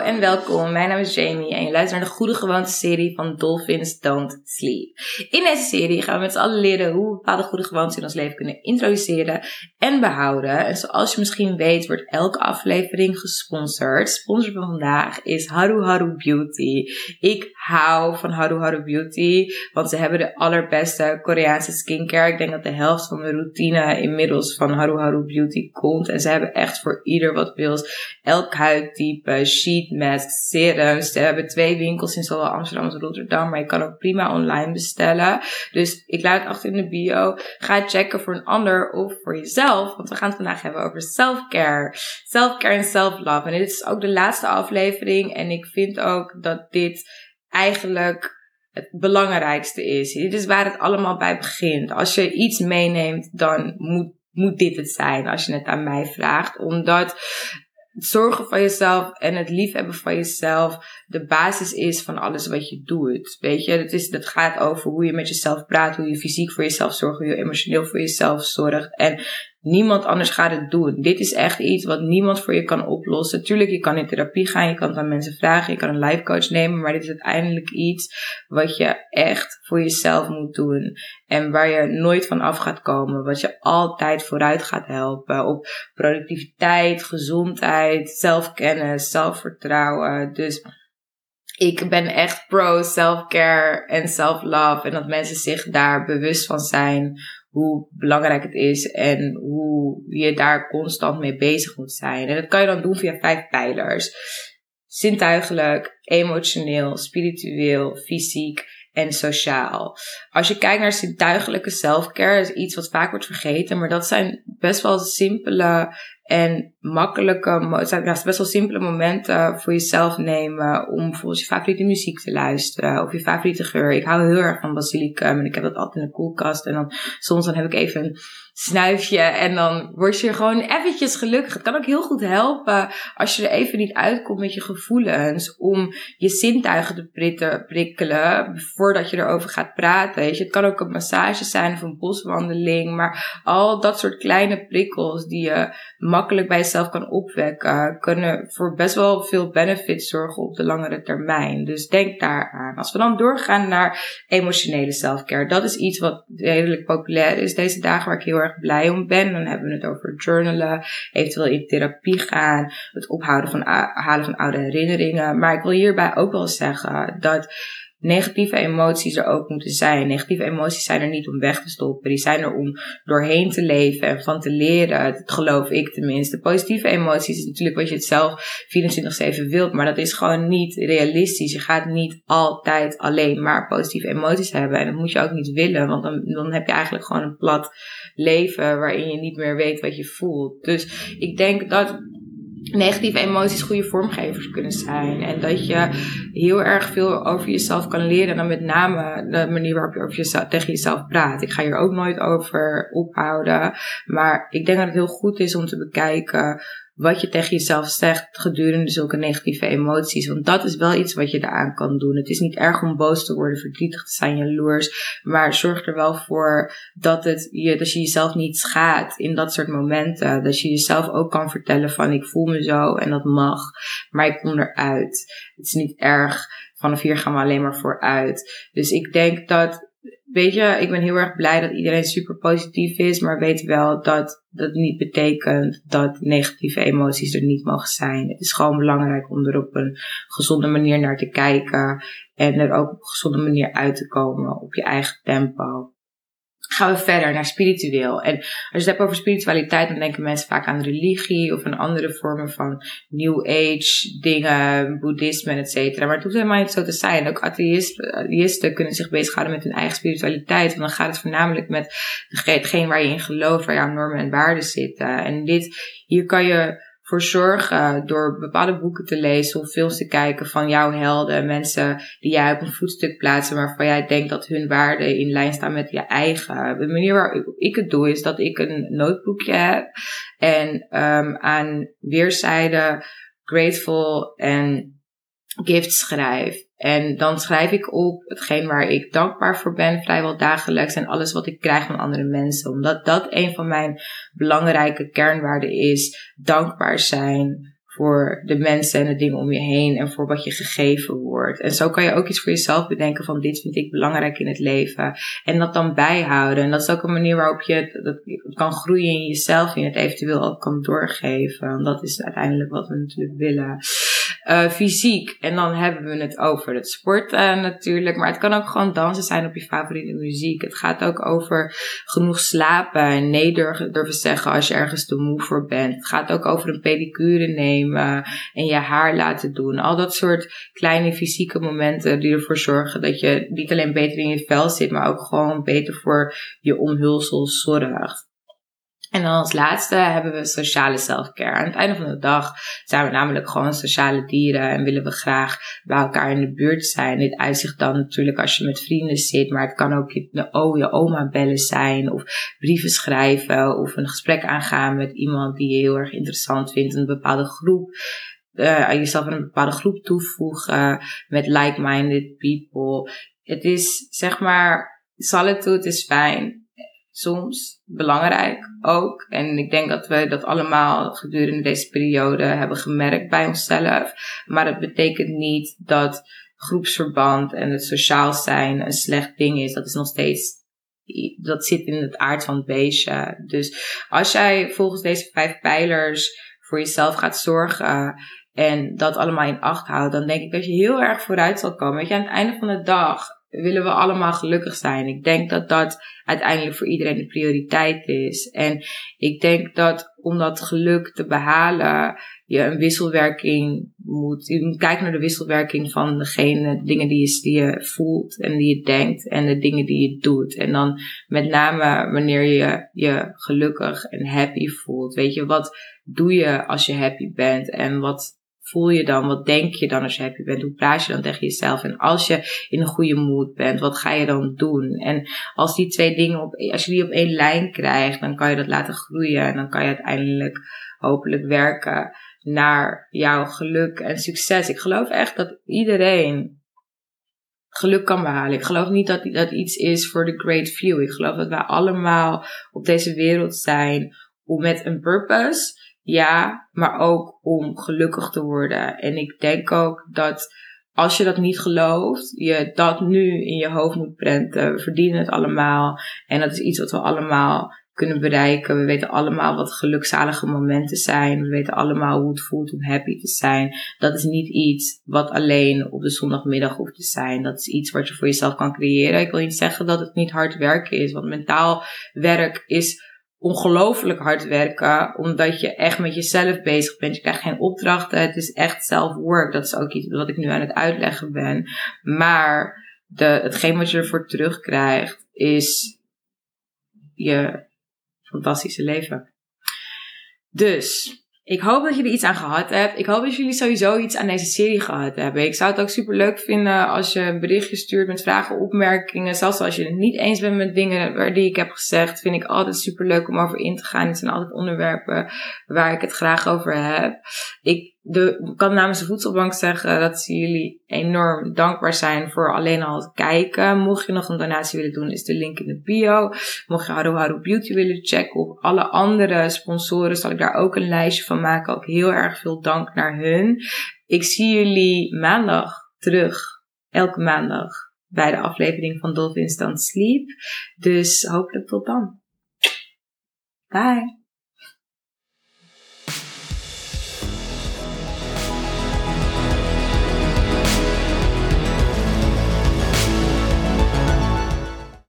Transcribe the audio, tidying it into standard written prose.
en welkom. Mijn naam is Jamie en je luistert naar de Goede Gewoontes serie van Dolphins Don't Sleep. In deze serie gaan we met z'n allen leren hoe we bepaalde goede gewoontes in ons leven kunnen introduceren en behouden. En zoals je misschien weet wordt elke aflevering gesponsord. Sponsor van vandaag is Haru Haru Beauty. Ik hou van Haru Haru Beauty, want ze hebben de allerbeste Koreaanse skincare. Ik denk dat de helft van mijn routine inmiddels van Haru Haru Beauty komt. En ze hebben echt voor ieder wat wils, elk huidtype, sheet mask, serums. Ze hebben 2 winkels in zowel Amsterdam als Rotterdam, maar je kan ook prima online bestellen. Dus ik laat het achter in de bio. Ga checken voor een ander of voor jezelf, want we gaan het vandaag hebben over self-care. Self-care en self-love. En dit is ook de laatste aflevering en ik vind ook dat dit eigenlijk het belangrijkste is. Dit is waar het allemaal bij begint. Als je iets meeneemt, dan moet dit het zijn, als je het aan mij vraagt. Omdat het zorgen van jezelf en het liefhebben van jezelf de basis is van alles wat je doet. Weet je, dat gaat over hoe je met jezelf praat, hoe je fysiek voor jezelf zorgt, hoe je emotioneel voor jezelf zorgt. En niemand anders gaat het doen. Dit is echt iets wat niemand voor je kan oplossen. Tuurlijk, je kan in therapie gaan, je kan het aan mensen vragen, je kan een life coach nemen, maar dit is uiteindelijk iets wat je echt voor jezelf moet doen. En waar je nooit van af gaat komen, wat je altijd vooruit gaat helpen op productiviteit, gezondheid, zelfkennis, zelfvertrouwen. Dus ik ben echt pro self-care en self-love en dat mensen zich daar bewust van zijn hoe belangrijk het is en hoe je daar constant mee bezig moet zijn. En dat kan je dan doen via 5 pijlers. Zintuigelijk, emotioneel, spiritueel, fysiek en sociaal. Als je kijkt naar zintuigelijke self-care, is iets wat vaak wordt vergeten, maar dat zijn best wel simpele en makkelijke, het zijn best wel simpele momenten voor jezelf nemen om bijvoorbeeld je favoriete muziek te luisteren of je favoriete geur. Ik hou heel erg van basilicum en ik heb dat altijd in de koelkast en dan soms heb ik even een snuifje en dan word je gewoon eventjes gelukkig. Het kan ook heel goed helpen als je er even niet uitkomt met je gevoelens om je zintuigen te prikkelen voordat je erover gaat praten. Weet je, het kan ook een massage zijn of een boswandeling, maar al dat soort kleine prikkels die je makkelijk bij jezelf kan opwekken, kunnen voor best wel veel benefits zorgen op de langere termijn. Dus denk daar aan. Als we dan doorgaan naar emotionele selfcare, dat is iets wat redelijk populair is deze dagen, waar ik heel erg blij om ben. Dan hebben we het over journalen, eventueel in therapie gaan, het ophalen van oude herinneringen. Maar ik wil hierbij ook wel zeggen dat negatieve emoties er ook moeten zijn. Negatieve emoties zijn er niet om weg te stoppen. Die zijn er om doorheen te leven en van te leren. Dat geloof ik tenminste. Positieve emoties is natuurlijk wat je het zelf 24/7 wilt. Maar dat is gewoon niet realistisch. Je gaat niet altijd alleen maar positieve emoties hebben. En dat moet je ook niet willen. Want dan heb je eigenlijk gewoon een plat leven waarin je niet meer weet wat je voelt. Dus ik denk dat negatieve emoties goede vormgevers kunnen zijn. En dat je heel erg veel over jezelf kan leren. En dan met name de manier waarop je tegen jezelf praat. Ik ga hier ook nooit over ophouden. Maar ik denk dat het heel goed is om te bekijken wat je tegen jezelf zegt gedurende zulke negatieve emoties. Want dat is wel iets wat je daaraan kan doen. Het is niet erg om boos te worden, verdrietig te zijn, jaloers. Maar zorg er wel voor dat je jezelf niet schaadt in dat soort momenten. Dat je jezelf ook kan vertellen van ik voel me zo en dat mag. Maar ik kom eruit. Het is niet erg. Vanaf hier gaan we alleen maar vooruit. Dus ik denk dat, weet je, ik ben heel erg blij dat iedereen super positief is, maar weet wel dat dat niet betekent dat negatieve emoties er niet mogen zijn. Het is gewoon belangrijk om er op een gezonde manier naar te kijken en er ook op een gezonde manier uit te komen op je eigen tempo. Gaan we verder naar spiritueel. En als je het hebt over spiritualiteit, dan denken mensen vaak aan religie of aan andere vormen van New Age dingen, boeddhisme, et cetera. Maar het hoeft helemaal niet zo te zijn. Ook atheïsten kunnen zich bezighouden met hun eigen spiritualiteit. Want dan gaat het voornamelijk met hetgeen waar je in gelooft, waar jouw normen en waarden zitten. En hier kan je voor zorgen door bepaalde boeken te lezen of films te kijken van jouw helden, mensen die jij op een voetstuk plaatsen waarvan jij denkt dat hun waarden in lijn staan met je eigen. De manier waarop ik het doe is dat ik een notebookje heb en aan weerszijden grateful en gifts schrijf. En dan schrijf ik op hetgeen waar ik dankbaar voor ben, vrijwel dagelijks. En alles wat ik krijg van andere mensen. Omdat dat een van mijn belangrijke kernwaarden is. Dankbaar zijn voor de mensen en de dingen om je heen en voor wat je gegeven wordt. En zo kan je ook iets voor jezelf bedenken van dit vind ik belangrijk in het leven. En dat dan bijhouden. En dat is ook een manier waarop je dat kan groeien in jezelf en je het eventueel ook kan doorgeven. Want dat is uiteindelijk wat we natuurlijk willen. Fysiek. En dan hebben we het over het sporten natuurlijk. Maar het kan ook gewoon dansen zijn op je favoriete muziek. Het gaat ook over genoeg slapen en nee durven zeggen als je ergens te moe voor bent. Het gaat ook over een pedicure nemen en je haar laten doen. Al dat soort kleine fysieke momenten die ervoor zorgen dat je niet alleen beter in je vel zit, maar ook gewoon beter voor je omhulsel zorgt. En dan als laatste hebben we sociale self-care. Aan het einde van de dag zijn we namelijk gewoon sociale dieren en willen we graag bij elkaar in de buurt zijn. Dit uitzicht dan natuurlijk als je met vrienden zit, maar het kan ook je oma bellen zijn of brieven schrijven of een gesprek aangaan met iemand die je heel erg interessant vindt, een bepaalde groep. Jezelf aan een bepaalde groep toevoegen met like-minded people. Het is zeg maar, solitude is fijn. Soms belangrijk ook. En ik denk dat we dat allemaal gedurende deze periode hebben gemerkt bij onszelf. Maar het betekent niet dat groepsverband en het sociaal zijn een slecht ding is. Dat is nog steeds, dat zit in het aard van het beestje. Dus als jij volgens deze 5 pijlers voor jezelf gaat zorgen en dat allemaal in acht houdt, dan denk ik dat je heel erg vooruit zal komen. Weet je, aan het einde van de dag willen we allemaal gelukkig zijn. Ik denk dat dat uiteindelijk voor iedereen de prioriteit is. En ik denk dat om dat geluk te behalen, je een wisselwerking moet. Je moet kijken naar de wisselwerking van de dingen die je voelt en die je denkt en de dingen die je doet. En dan met name wanneer je je gelukkig en happy voelt. Weet je, wat doe je als je happy bent en wat voel je dan? Wat denk je dan als je happy bent? Hoe praat je dan tegen jezelf? En als je in een goede mood bent, wat ga je dan doen? En als die 2 dingen als je die op 1 lijn krijgt, dan kan je dat laten groeien. En dan kan je uiteindelijk hopelijk werken naar jouw geluk en succes. Ik geloof echt dat iedereen geluk kan behalen. Ik geloof niet dat dat iets is voor the great few. Ik geloof dat wij allemaal op deze wereld zijn met een purpose. Ja, maar ook om gelukkig te worden. En ik denk ook dat als je dat niet gelooft, je dat nu in je hoofd moet prenten. We verdienen het allemaal. En dat is iets wat we allemaal kunnen bereiken. We weten allemaal wat gelukzalige momenten zijn. We weten allemaal hoe het voelt om happy te zijn. Dat is niet iets wat alleen op de zondagmiddag hoeft te zijn. Dat is iets wat je voor jezelf kan creëren. Ik wil niet zeggen dat het niet hard werken is. Want mentaal werk is ongelooflijk hard werken, omdat je echt met jezelf bezig bent. Je krijgt geen opdrachten, het is echt self-work. Dat is ook iets wat ik nu aan het uitleggen ben. Maar hetgeen wat je ervoor terugkrijgt, is je fantastische leven. Dus ik hoop dat je er iets aan gehad hebt. Ik hoop dat jullie sowieso iets aan deze serie gehad hebben. Ik zou het ook super leuk vinden als je een berichtje stuurt met vragen, opmerkingen. Zelfs als je het niet eens bent met dingen die ik heb gezegd, vind ik altijd super leuk om over in te gaan. Het zijn altijd onderwerpen waar ik het graag over heb. Ik kan namens de Voedselbank zeggen dat ze jullie enorm dankbaar zijn voor alleen al het kijken. Mocht je nog een donatie willen doen, is de link in de bio. Mocht je Haru Haru Beauty willen checken of alle andere sponsoren, zal ik daar ook een lijstje van maken. Ook heel erg veel dank naar hun. Ik zie jullie maandag terug. Elke maandag bij de aflevering van Dolphins Don't Sleep. Dus hopelijk tot dan. Bye.